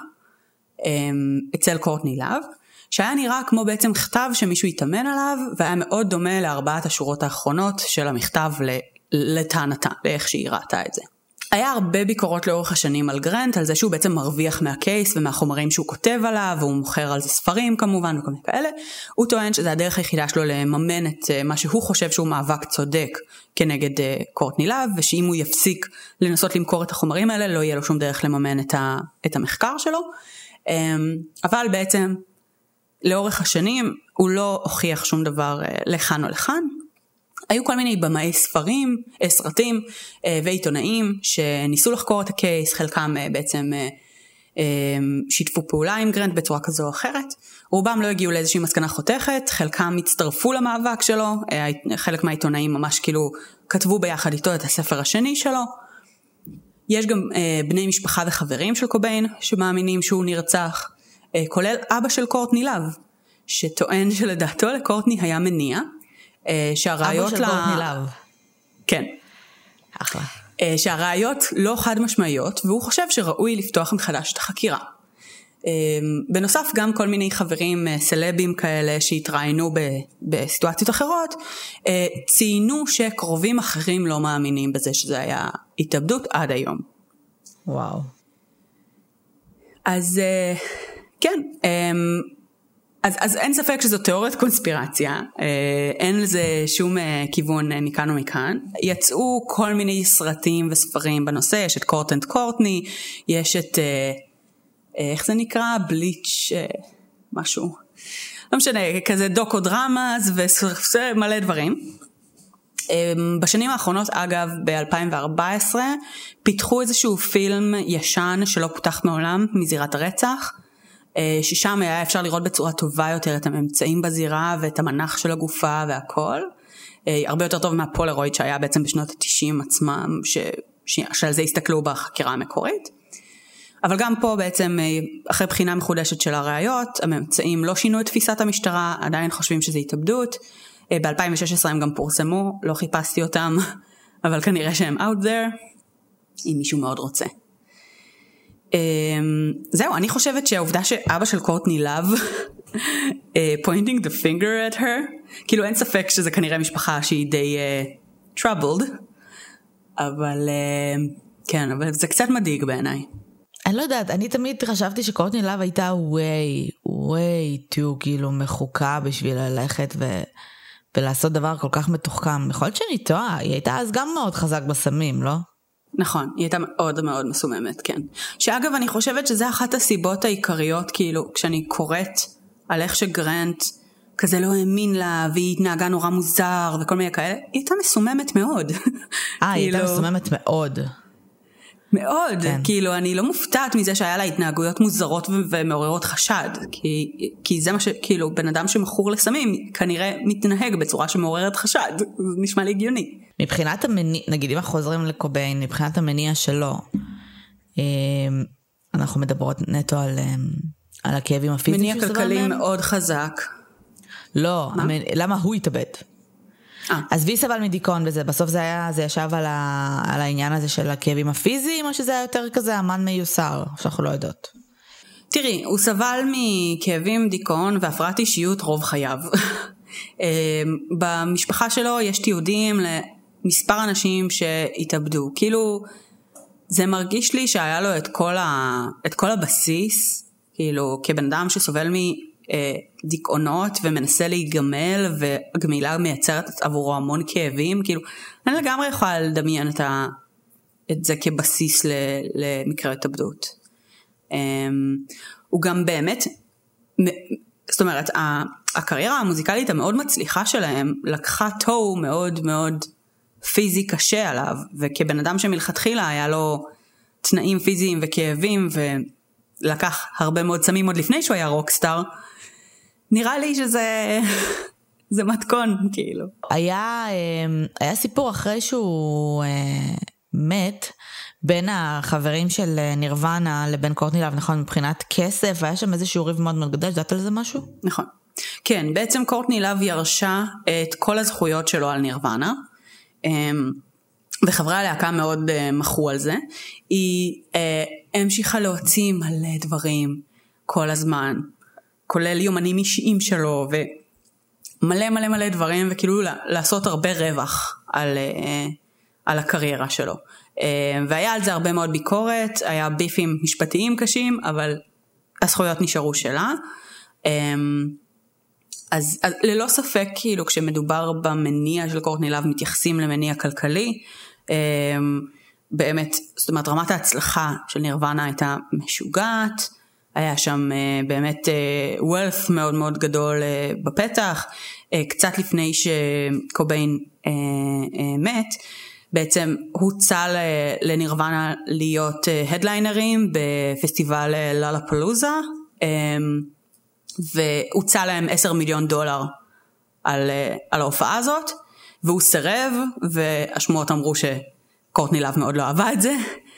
אצל קורטני לאב, שהיה נראה כמו בעצם מכתב שמישהו התאמן עליו, והיה מאוד דומה לארבעת השורות האחרונות של המכתב לטענתה, לאיך שהיא ראתה את זה. היה הרבה ביקורות לאורך השנים על גרנט, על זה שהוא בעצם מרוויח מהקייס ומהחומרים שהוא כותב עליו, והוא מוכר על זה ספרים כמובן וכל מיני כאלה. הוא טוען שזה הדרך היחידה שלו לממן את מה שהוא חושב שהוא מאבק צודק כנגד קורטני לאב, ושאם הוא יפסיק לנסות למכור את החומרים האלה, לא יהיה לו שום דרך לממן את, ה, את המחקר שלו. אבל בעצם לאורך השנים הוא לא הוכיח שום דבר לכאן או לכאן. היו כל מיני במאי ספרים, סרטים ועיתונאים שניסו לחקור את הקייס, חלקם בעצם שיתפו פעולה עם גרנט בצורה כזו או אחרת. רובם לא הגיעו לאיזושהי מסקנה חותכת, חלקם הצטרפו למאבק שלו, חלק מהעיתונאים ממש כאילו כתבו ביחד איתו את הספר השני שלו. יש גם אה, בני משפחה וחברים של קוביין שמאמינים שהוא נרצח, אה, כולל אבא של קורטני לאב, שטוען שלדעתו לקורטני היה מניע, אה, שהראיות... אבא של קורטני לאב. כן. אחלה. אה, שהראיות לא חד משמעיות, והוא חושב שראוי לפתוח מחדש את החקירה. בנוסף גם כל מיני חברים סלבים כאלה שהתראינו בסיטואציות אחרות ציינו שקרובים אחרים לא מאמינים בזה שזה היה התאבדות עד היום. וואו. אז כן, אז, אז אין ספק שזו תיאוריית קונספירציה, אין לזה שום כיוון מכאן ומכאן. יצאו כל מיני סרטים וספרים בנושא, יש את קורט אנד קורטני, יש את... איך זה נקרא? בליץ' משהו. לא משנה, כזה דוקו דרמאז ומלא דברים. בשנים האחרונות, אגב, ב-אלפיים וארבע עשרה, פיתחו איזשהו פילם ישן שלא פותח מעולם, מזירת הרצח, ששם היה אפשר לראות בצורה טובה יותר את הממצאים בזירה ואת המנח של הגופה והכל. הרבה יותר טוב מהפולרויד שהיה בעצם בשנות ה-תשעים עצמם, ש... שעל זה הסתכלו בחקירה המקורית. אבל גם פה בעצם אחרי בחינה מחודשת של הראיות, הממצאים לא שינו את תפיסת המשטרה, עדיין חושבים שזה התאבדות. ב-אלפיים ושש עשרה הם גם פורסמו, לא חיפשתי אותם, אבל כנראה שהם out there, אם מישהו מאוד רוצה. זהו, אני חושבת שהעובדה שאבא של קורטני לאב, pointing the finger at her, כאילו אין ספק שזה כנראה משפחה שהיא די uh, troubled, אבל uh, כן, אבל זה קצת מדאיג בעיניי. אני לא יודעת, אני תמיד חשבתי שקורטני לאב הייתה way, way too כאילו מחוקה בשביל ללכת ו... ולעשות דבר כל כך מתוחכם. יכול להיות שאני טועה, היא הייתה אז גם מאוד חזק בסמים, לא? נכון, היא הייתה מאוד מאוד מסוממת, כן. שאגב, אני חושבת שזה אחת הסיבות העיקריות, כאילו, כשאני קוראת על איך שגרנט כזה לא האמין לה, והיא התנהגה נורא מוזר וכל מיני כאלה, היא הייתה מסוממת מאוד. אה, היא הייתה מסוממת מאוד. מאוד, כן. כאילו אני לא מופתעת מזה שהיה לה התנהגויות מוזרות ו- ומעוררות חשד, כי, כי זה מה ש... כאילו בן אדם שמכור לסמים כנראה מתנהג בצורה שמעוררת חשד, זה נשמע לי הגיוני. מבחינת המניע, נגיד אם אנחנו חוזרים לקוביין, מבחינת המניע שלו, אנחנו מדברות נטו על, על הכאבים הפיזיים. מניע כלכלי מאוד חזק. לא, המנ... למה הוא התאבד? אז וי סבל מדיכאון וזה, בסוף זה היה, זה ישב על, ה, על העניין הזה של הכאבים הפיזיים, או שזה היה יותר כזה אמן מיוסר, שאנחנו לא יודעות? תראי, הוא סבל מכאבים, דיכאון והפרעת אישיות רוב חייו. במשפחה שלו יש תיעודים למספר אנשים שהתאבדו. כאילו, זה מרגיש לי שהיה לו את כל, ה, את כל הבסיס, כאילו, כבן אדם שסובל מ... דיכאונות ומנסה להיגמל, והגמילה מייצרת עבורו המון כאבים, כאילו אני לגמרי יכולה לדמיין את, ה, את זה כבסיס למקרה התאבדות. הוא גם באמת, זאת אומרת הקריירה המוזיקלית המאוד מצליחה שלהם לקחה תוהו מאוד מאוד פיזי קשה עליו, וכבן אדם שמלכתחילה היה לו תנאים פיזיים וכאבים ולקח הרבה מאוד סמים עוד לפני שהוא היה רוקסטאר, נראה לי שזה זה מתכון, כאילו. היה, היה סיפור אחרי שהוא מת, בין החברים של נירוונה לבין קורטני לאב, נכון, מבחינת כסף, והיה שם איזשהו ריב מאוד מאוד גדול, יודעת על זה משהו? נכון. כן, בעצם קורטני לאב ירשה את כל הזכויות שלו על נירוונה, וחברי הלהקה מאוד מחו על זה. היא המשיכה להוציא מלא דברים כל הזמן, כולל יומנים אישיים שלו, ומלא מלא מלא דברים, וכאילו לעשות הרבה רווח על, על הקריירה שלו. והיה על זה הרבה מאוד ביקורת, היה ביפים משפטיים קשים, אבל הזכויות נשארו שלה. אז, אז ללא ספק, כאילו, כשמדובר במניע של קורטני לאב, מתייחסים למניע כלכלי, באמת, זאת אומרת, רמת ההצלחה של נירוונה הייתה משוגעת, היה שם uh, באמת uh, wealth מאוד מאוד גדול uh, בפתח, uh, קצת לפני שקוביין uh, uh, מת, בעצם הוצע לנירוונה להיות uh, הדליינרים בפסטיבל ללפלוזה, um, והוצע להם עשר מיליון דולר על, uh, על ההופעה הזאת, והוא סירב, והשמועות אמרו שקורטני לאב מאוד לא אהבה את זה,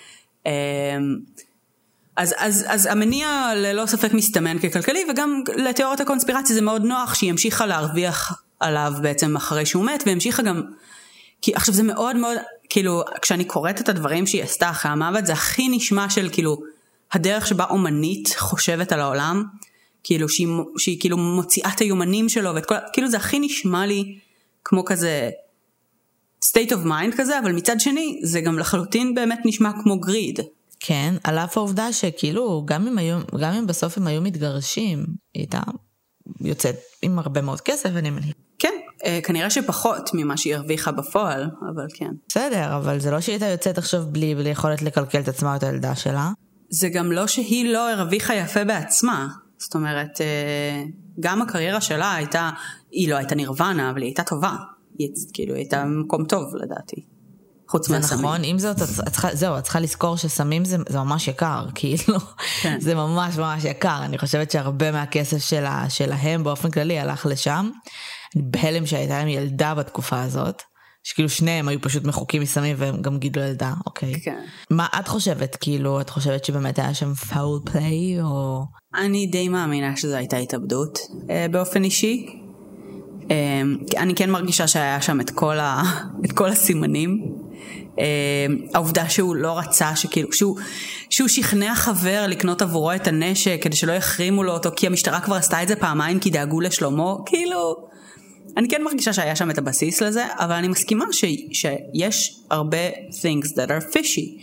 אז, אז, אז המניע ללא ספק מסתמן ככלכלי, וגם לתיאוריית הקונספירציה זה מאוד נוח שהיא המשיכה להרוויח עליו בעצם אחרי שהוא מת, והמשיכה גם, כי עכשיו זה מאוד מאוד, כאילו, כשאני קוראת את הדברים שהיא עשתה אחרי המוות, זה הכי נשמע של כאילו, הדרך שבה אומנית חושבת על העולם, כאילו שהיא, שהיא כאילו מוציאה את היומנים שלו, ואת כל, כאילו זה הכי נשמע לי כמו כזה state of mind כזה, אבל מצד שני זה גם לחלוטין באמת נשמע כמו גריד. כן, על אף העובדה שכאילו גם אם, היו, גם אם בסוף הם היו מתגרשים, היא הייתה יוצאת עם הרבה מאוד כסף, אני מניח. כן, כנראה שפחות ממה שהיא הרוויחה בפועל, אבל כן. בסדר, אבל זה לא שהיא הייתה יוצאת עכשיו בלי, בלי יכולת לקלקל את עצמה או את הילדה שלה. זה גם לא שהיא לא הרוויחה יפה בעצמה. זאת אומרת, גם הקריירה שלה הייתה, היא לא הייתה נירוונה, אבל היא הייתה טובה. היא, כאילו, היא הייתה מקום טוב, לדעתי. חוץ מהסמים. נכון, אם זאת, זהו, את צריכה לזכור שסמים זה, זה ממש יקר, כאילו, כן. זה ממש ממש יקר. אני חושבת שהרבה מהכסף שלה, שלהם באופן כללי הלך לשם. אני בהלם שהייתה עם ילדה בתקופה הזאת, שכאילו שניהם היו פשוט מחוקים מסמים והם גם גידלו ילדה, אוקיי. כן. מה את חושבת? כאילו, את חושבת שבאמת היה שם פאול פליי או... אני די מאמינה שזו הייתה התאבדות אה, באופן אישי. אה, אני כן מרגישה שהיה שם את כל, ה... את כל הסימנים. אה, העובדה שהוא לא רצה, שכאילו, שהוא, שהוא שכנע חבר לקנות עבורו את הנשק, כדי שלא יחרימו לו אותו, כי המשטרה כבר עשתה את זה פעמיים, כי דאגו לשלומו, כאילו... אני כן מרגישה שהיה שם את הבסיס לזה, אבל אני מסכימה ש, שיש הרבה things that are fishy,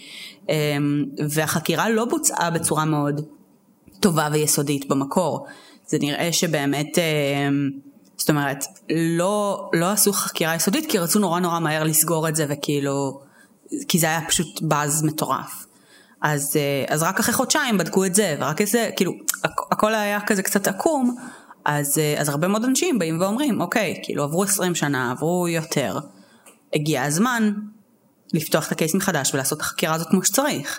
והחקירה לא בוצעה בצורה מאוד טובה ויסודית במקור. זה נראה שבאמת, זאת אומרת, לא, לא עשו חקירה יסודית, כי רצו נורא נורא מהר לסגור את זה, וכאילו, כי זה היה פשוט באז מטורף. אז, אז רק אחרי חודשיים בדקו את זה, ורק איזה, כאילו, הכל היה כזה קצת עקום, אז, אז הרבה מאוד אנשים באים ואומרים, אוקיי, כאילו עברו עשרים שנה, עברו יותר, הגיע הזמן לפתוח את הקייס מחדש ולעשות את החקירה הזאת כמו שצריך.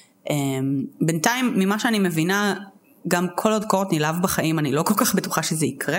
בינתיים, ממה שאני מבינה, גם כל עוד קורטני לאב בחיים, אני לא כל כך בטוחה שזה יקרה.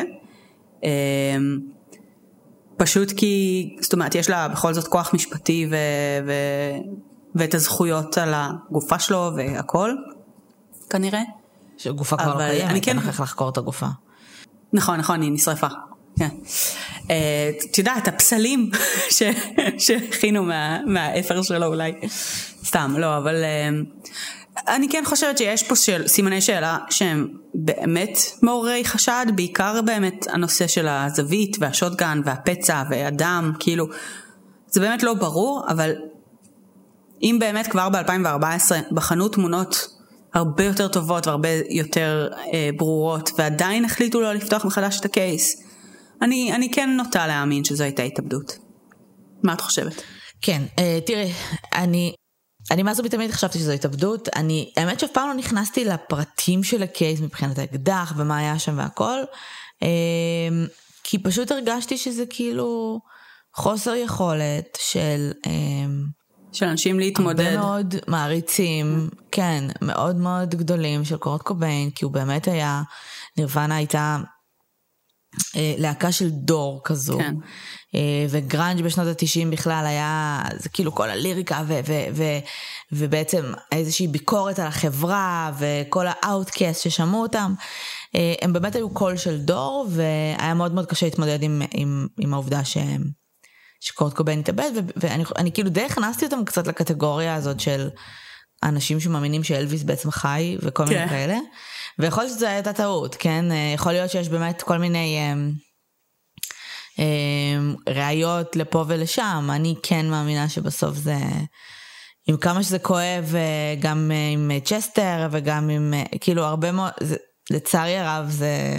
פשוט כי, זאת אומרת, יש לה בכל זאת כוח משפטי ו, ו, ואת הזכויות על הגופה שלו והכל, כנראה. שגופה כבר לא קיימת, אני כן הולך לחקור את הגופה. נכון, נכון, היא נשרפה. כן. אתה יודע, את הפסלים שהכינו מהאפר שלו אולי. סתם, לא, אבל אני כן חושבת שיש פה סימני שאלה שהם באמת מעוררי חשד, בעיקר באמת הנושא של הזווית והשוטגן והפצע והדם, כאילו, זה באמת לא ברור, אבל אם באמת כבר ב-אלפיים וארבע עשרה בחנו תמונות הרבה יותר טובות והרבה יותר אה, ברורות, ועדיין החליטו לא לפתוח מחדש את הקייס. אני, אני כן נוטה להאמין שזו הייתה התאבדות. מה את חושבת? כן, אה, תראי, אני, אני מה זו בתמיד חשבתי שזו התאבדות. אני, האמת שאף פעם לא נכנסתי לפרטים של הקייס מבחינת האקדח ומה היה שם והכל, אה, כי פשוט הרגשתי שזה כאילו חוסר יכולת של... אה, של אנשים להתמודד. הרבה מאוד מעריצים, כן, מאוד מאוד גדולים של קורט קוביין, כי הוא באמת היה, נירוונה הייתה אה, להקה של דור כזו, כן. אה, וגרנג' בשנות ה-תשעים בכלל היה, זה כאילו כל הליריקה, ו- ו- ו- ובעצם איזושהי ביקורת על החברה, וכל האוטקאסט ששמעו אותם, אה, הם באמת היו קול של דור, והיה מאוד מאוד קשה להתמודד עם, עם, עם העובדה שהם, שקורט קוביין התאבד, ואני אני כאילו די הכנסתי אותם קצת לקטגוריה הזאת של אנשים שמאמינים שאלוויס בעצם חי, וכל מיני כאלה, ויכול להיות שזה הייתה טעות, כן? יכול להיות שיש באמת כל מיני אה, אה, ראיות לפה ולשם, אני כן מאמינה שבסוף זה, עם כמה שזה כואב, גם עם צ'סטר, וגם עם, כאילו הרבה מאוד, זה, לצערי הרב זה...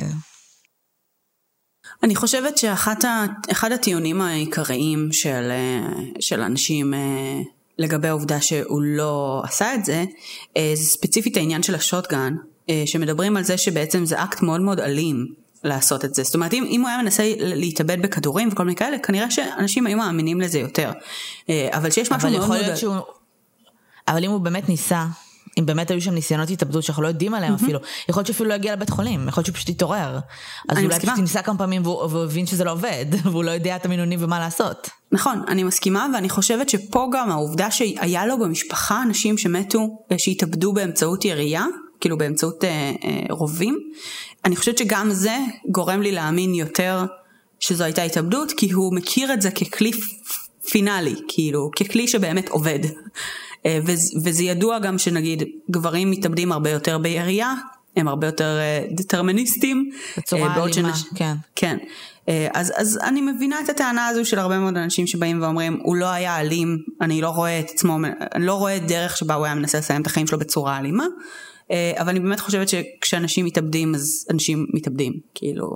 אני חושבת שאחד הטיעונים העיקריים של, של אנשים לגבי העובדה שהוא לא עשה את זה, זה ספציפית העניין של השוטגן, שמדברים על זה שבעצם זה אקט מאוד מאוד אלים לעשות את זה. זאת אומרת, אם, אם הוא היה מנסה להתאבד בכדורים וכל מיני כאלה, כנראה שאנשים היו מאמינים לזה יותר. אבל שיש משהו מאוד מאוד... שהוא... אבל אם הוא באמת ניסה... אם באמת היו שם ניסיונות התאבדות שאנחנו לא יודעים עליהם אפילו, יכול להיות שאפילו לא הגיע לבית חולים, יכול להיות שהוא פשוט יתעורר. אז אולי פשוט ניסה כמה פעמים והוא הבין שזה לא עובד, והוא לא יודע את המינונים ומה לעשות. נכון, אני מסכימה, ואני חושבת שפה גם העובדה שהיה לו במשפחה אנשים שמתו, שהתאבדו באמצעות ירייה, כאילו באמצעות אה, אה, רובים, אני חושבת שגם זה גורם לי להאמין יותר שזו הייתה התאבדות, כי הוא מכיר את זה ככלי פינלי, כאילו, ככלי שבאמת עובד. אה, ו- וזה ידוע גם שנגיד, גברים מתאבדים הרבה יותר בירייה, הם הרבה יותר אה, דטרמיניסטים. בצורה אה, אלימה, שנש... כן. כן. אז, אז אני מבינה את הטענה הזו של הרבה מאוד אנשים שבאים ואומרים, הוא לא היה אלים, אני לא רואה את עצמו, אני לא רואה דרך שבה הוא היה מנסה לסיים את החיים שלו בצורה אלימה, אבל אני באמת חושבת שכשאנשים מתאבדים, אז אנשים מתאבדים, כאילו.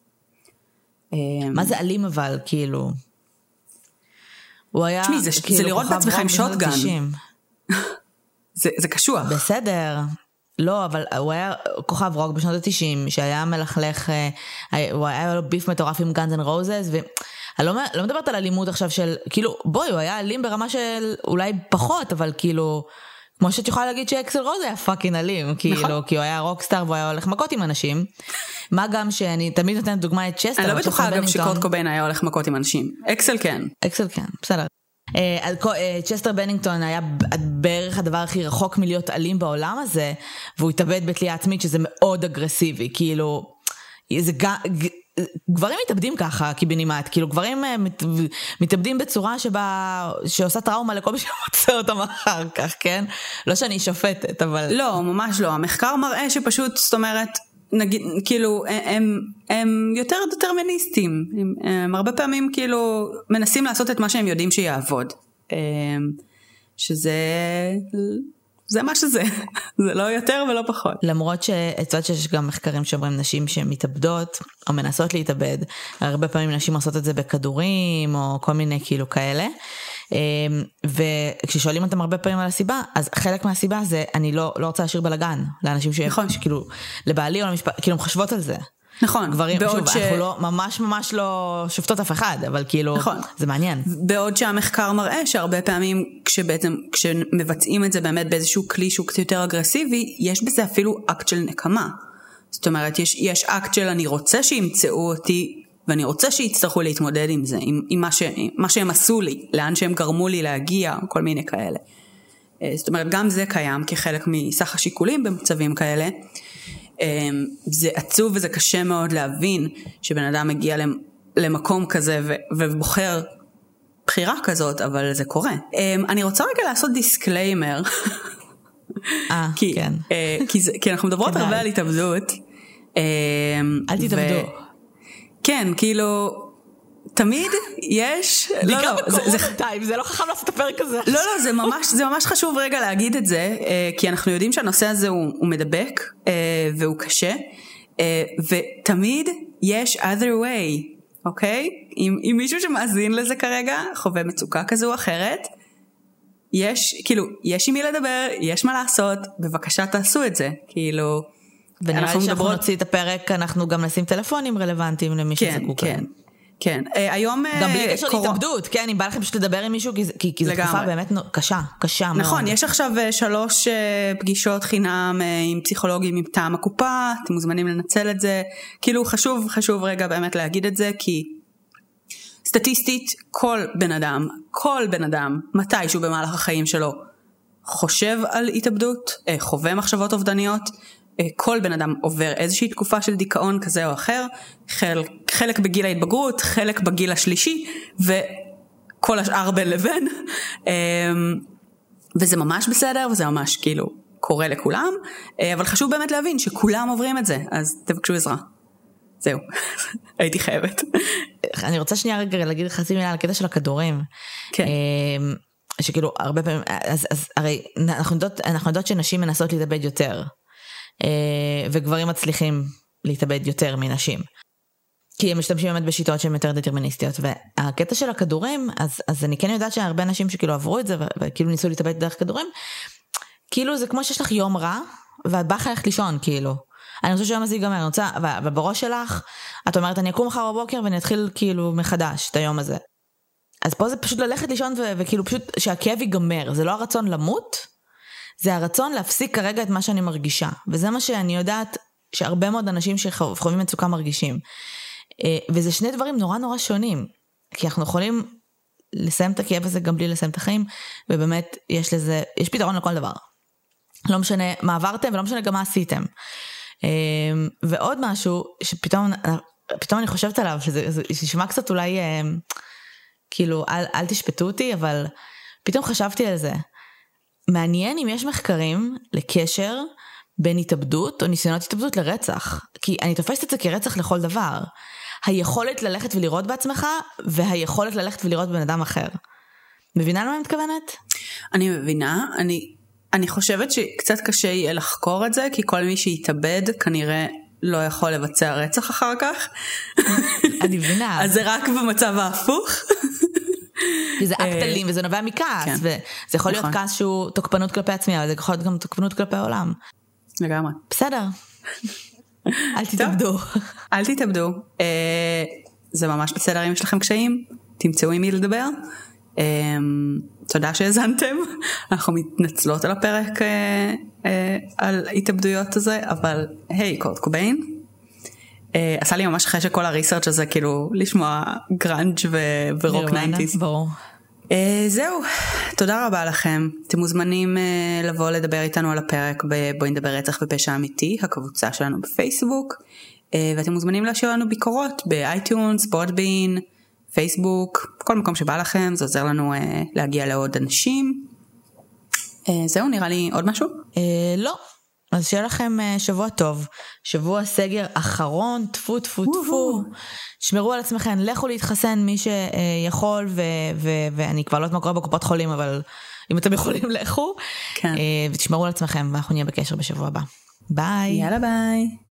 מה זה אלים אבל, כאילו? הוא היה, תשמעי, זה, כאילו, זה לראות בעצמך עם שוטגן. זה, זה קשוח. בסדר. לא, אבל הוא היה כוכב רוק בשנות ה-תשעים, שהיה מלכלך, הוא היה לו ביף מטורף עם גאנז אנד רוזס, ואני לא, לא מדברת על אלימות עכשיו של, כאילו, בואי, הוא היה אלים ברמה של אולי פחות, אבל כאילו, כמו שאת יכולה להגיד שאקסל רוז היה פאקינג אלים, כאילו, כי הוא היה רוקסטאר והוא היה הולך מכות עם אנשים, מה גם שאני תמיד נותנת דוגמה את צ'סטר. אני לא בטוחה אגב שקורט קוביין היה הולך מכות עם אנשים, אקסל כן. אקסל כן, בסדר. צ'סטר בנינגטון היה בערך הדבר הכי רחוק מלהיות אלים בעולם הזה, והוא התאבד בתלייה עצמית שזה מאוד אגרסיבי, כאילו זה גברים מתאבדים ככה קיבינימט, כאילו גברים מתאבדים בצורה שבה שעושה טראומה לכל מי שמוצא אותם אחר כך, כן? לא שאני שופטת, אבל לא, ממש לא, המחקר מראה שפשוט, זאת אומרת, נגיד, כאילו, הם, הם יותר דטרמיניסטים, הם, הם הרבה פעמים כאילו מנסים לעשות את מה שהם יודעים שיעבוד, שזה, זה מה שזה, זה לא יותר ולא פחות. למרות שהצעת שיש גם מחקרים שאומרים נשים שהן מתאבדות, או מנסות להתאבד, הרבה פעמים נשים עושות את זה בכדורים, או כל מיני כאילו כאלה, וכששואלים אותם הרבה פעמים על הסיבה, אז חלק מהסיבה זה, אני לא, לא רוצה להשאיר בלגן, לאנשים שהם, נכון. שכאילו, לבעלי או למשפט, כאילו, חושבות על זה. נכון. גברים, שוב, ש... אנחנו לא, ממש ממש לא שופטות אף אחד, אבל כאילו, נכון. זה מעניין. בעוד שהמחקר מראה שהרבה פעמים, כשבעצם, כשמבצעים את זה באמת באיזשהו כלי שהוא קצת יותר אגרסיבי, יש בזה אפילו אקט של נקמה. זאת אומרת, יש, יש אקט של אני רוצה שימצאו אותי, ואני רוצה שיצטרכו להתמודד עם זה, עם, עם מה, ש, מה שהם עשו לי, לאן שהם גרמו לי להגיע, כל מיני כאלה. זאת אומרת, גם זה קיים כחלק מסך השיקולים במצבים כאלה. זה עצוב וזה קשה מאוד להבין שבן אדם מגיע למקום כזה ו, ובוחר בחירה כזאת, אבל זה קורה. אני רוצה רגע לעשות דיסקליימר. אה, כי, כן. כי, זה, כי אנחנו מדברות הרבה על התאבדות. אל תתאבדו. כן, כאילו, תמיד יש... לא, לא, זה טייב, זה לא חכם לעשות את הפרק הזה. לא, לא, זה ממש, זה ממש חשוב רגע להגיד את זה, כי אנחנו יודעים שהנושא הזה הוא, הוא מדבק, והוא קשה, ותמיד יש other way, אוקיי? אם, אם מישהו שמאזין לזה כרגע, חווה מצוקה כזו או אחרת, יש, כאילו, יש עם מי לדבר, יש מה לעשות, בבקשה תעשו את זה, כאילו... ונראה לי שאנחנו נוציא את הפרק, אנחנו גם נשים טלפונים רלוונטיים למי שזקוק. כן, כן. היום... גם בלי קשר להתאבדות, כן, אם בא לכם פשוט לדבר עם מישהו, כי זו תקופה באמת קשה, קשה מאוד. נכון, יש עכשיו שלוש פגישות חינם עם פסיכולוגים עם טעם הקופה, אתם מוזמנים לנצל את זה, כאילו חשוב, חשוב רגע באמת להגיד את זה, כי סטטיסטית, כל בן אדם, כל בן אדם, מתישהו במהלך החיים שלו, חושב על התאבדות, חווה מחשבות אובדניות, כל בן אדם עובר איזושהי תקופה של דיכאון כזה או אחר, חלק, חלק בגיל ההתבגרות, חלק בגיל השלישי, וכל השאר בין לבין, וזה ממש בסדר, וזה ממש כאילו קורה לכולם, אבל חשוב באמת להבין שכולם עוברים את זה, אז תבקשו עזרה. זהו, הייתי חייבת. אני רוצה שנייה רגע להגיד חצי מילה על הקטע של הכדורים. כן. שכאילו הרבה פעמים, אז, אז הרי אנחנו יודעות, אנחנו יודעות שנשים מנסות להתאבד יותר. וגברים מצליחים להתאבד יותר מנשים, כי הם משתמשים באמת בשיטות שהן יותר דטרמיניסטיות. והקטע של הכדורים, אז, אז אני כן יודעת שהרבה אנשים שכאילו עברו את זה וכאילו ניסו להתאבד דרך כדורים, כאילו זה כמו שיש לך יום רע ואת באה ללכת לישון, כאילו אני רוצה שהיום הזה ייגמר, אני רוצה, ובראש שלך את אומרת אני אקום מחר בבוקר ואני אתחיל כאילו מחדש את היום הזה. אז פה זה פשוט ללכת לישון ו- וכאילו פשוט שהכאב ייגמר, זה לא הרצון למות, זה הרצון להפסיק כרגע את מה שאני מרגישה, וזה מה שאני יודעת שהרבה מאוד אנשים שחווים מצוקה מרגישים, וזה שני דברים נורא נורא שונים, כי אנחנו יכולים לסיים את הכאב הזה גם בלי לסיים את החיים, ובאמת יש לזה, יש פתרון לכל דבר. לא משנה מה עברתם ולא משנה גם מה עשיתם. ועוד משהו שפתאום פתאום אני חושבת עליו, שזה נשמע קצת אולי כאילו אל, אל תשפטו אותי, אבל פתאום חשבתי על זה. מעניין אם יש מחקרים לקשר בין התאבדות או ניסיונות התאבדות לרצח, כי אני תופסת את זה כרצח לכל דבר. היכולת ללכת ולראות בעצמך, והיכולת ללכת ולראות בן אדם אחר. מבינה למה אני מתכוונת? אני מבינה, אני, אני חושבת שקצת קשה יהיה לחקור את זה, כי כל מי שיתאבד כנראה לא יכול לבצע רצח אחר כך. אני מבינה. אז זה רק במצב ההפוך. כי זה אקט אלים, וזה נובע מכעס, וזה יכול להיות כעס שהוא תוקפנות כלפי עצמי, אבל זה יכול להיות גם תוקפנות כלפי העולם. לגמרי. בסדר. אל תתאבדו. אל תתאבדו. זה ממש בסדר אם יש לכם קשיים, תמצאו עם מי לדבר. תודה שהזנתם. אנחנו מתנצלות על הפרק על התאבדויות הזה, אבל היי, קורט קוביין. עשה לי ממש חשק כל הריסרצ' הזה, כאילו לשמוע גרנג' ורוק ניינטיז. ברור. זהו, תודה רבה לכם. אתם מוזמנים לבוא לדבר איתנו על הפרק בבואי נדבר רצח ופשע אמיתי, הקבוצה שלנו בפייסבוק, ואתם מוזמנים להשאיר לנו ביקורות באייטיונס, פודבין, פייסבוק, כל מקום שבא לכם, זה עוזר לנו להגיע לעוד אנשים. זהו, נראה לי עוד משהו? לא. אז שיהיה לכם שבוע טוב, שבוע סגר אחרון, תפו תפו תפו, תשמרו על עצמכם, לכו להתחסן מי שיכול, ואני כבר לא יודעת מה קורה בקופות חולים, אבל אם אתם יכולים לכו, ותשמרו על עצמכם, ואנחנו נהיה בקשר בשבוע הבא. ביי. יאללה ביי.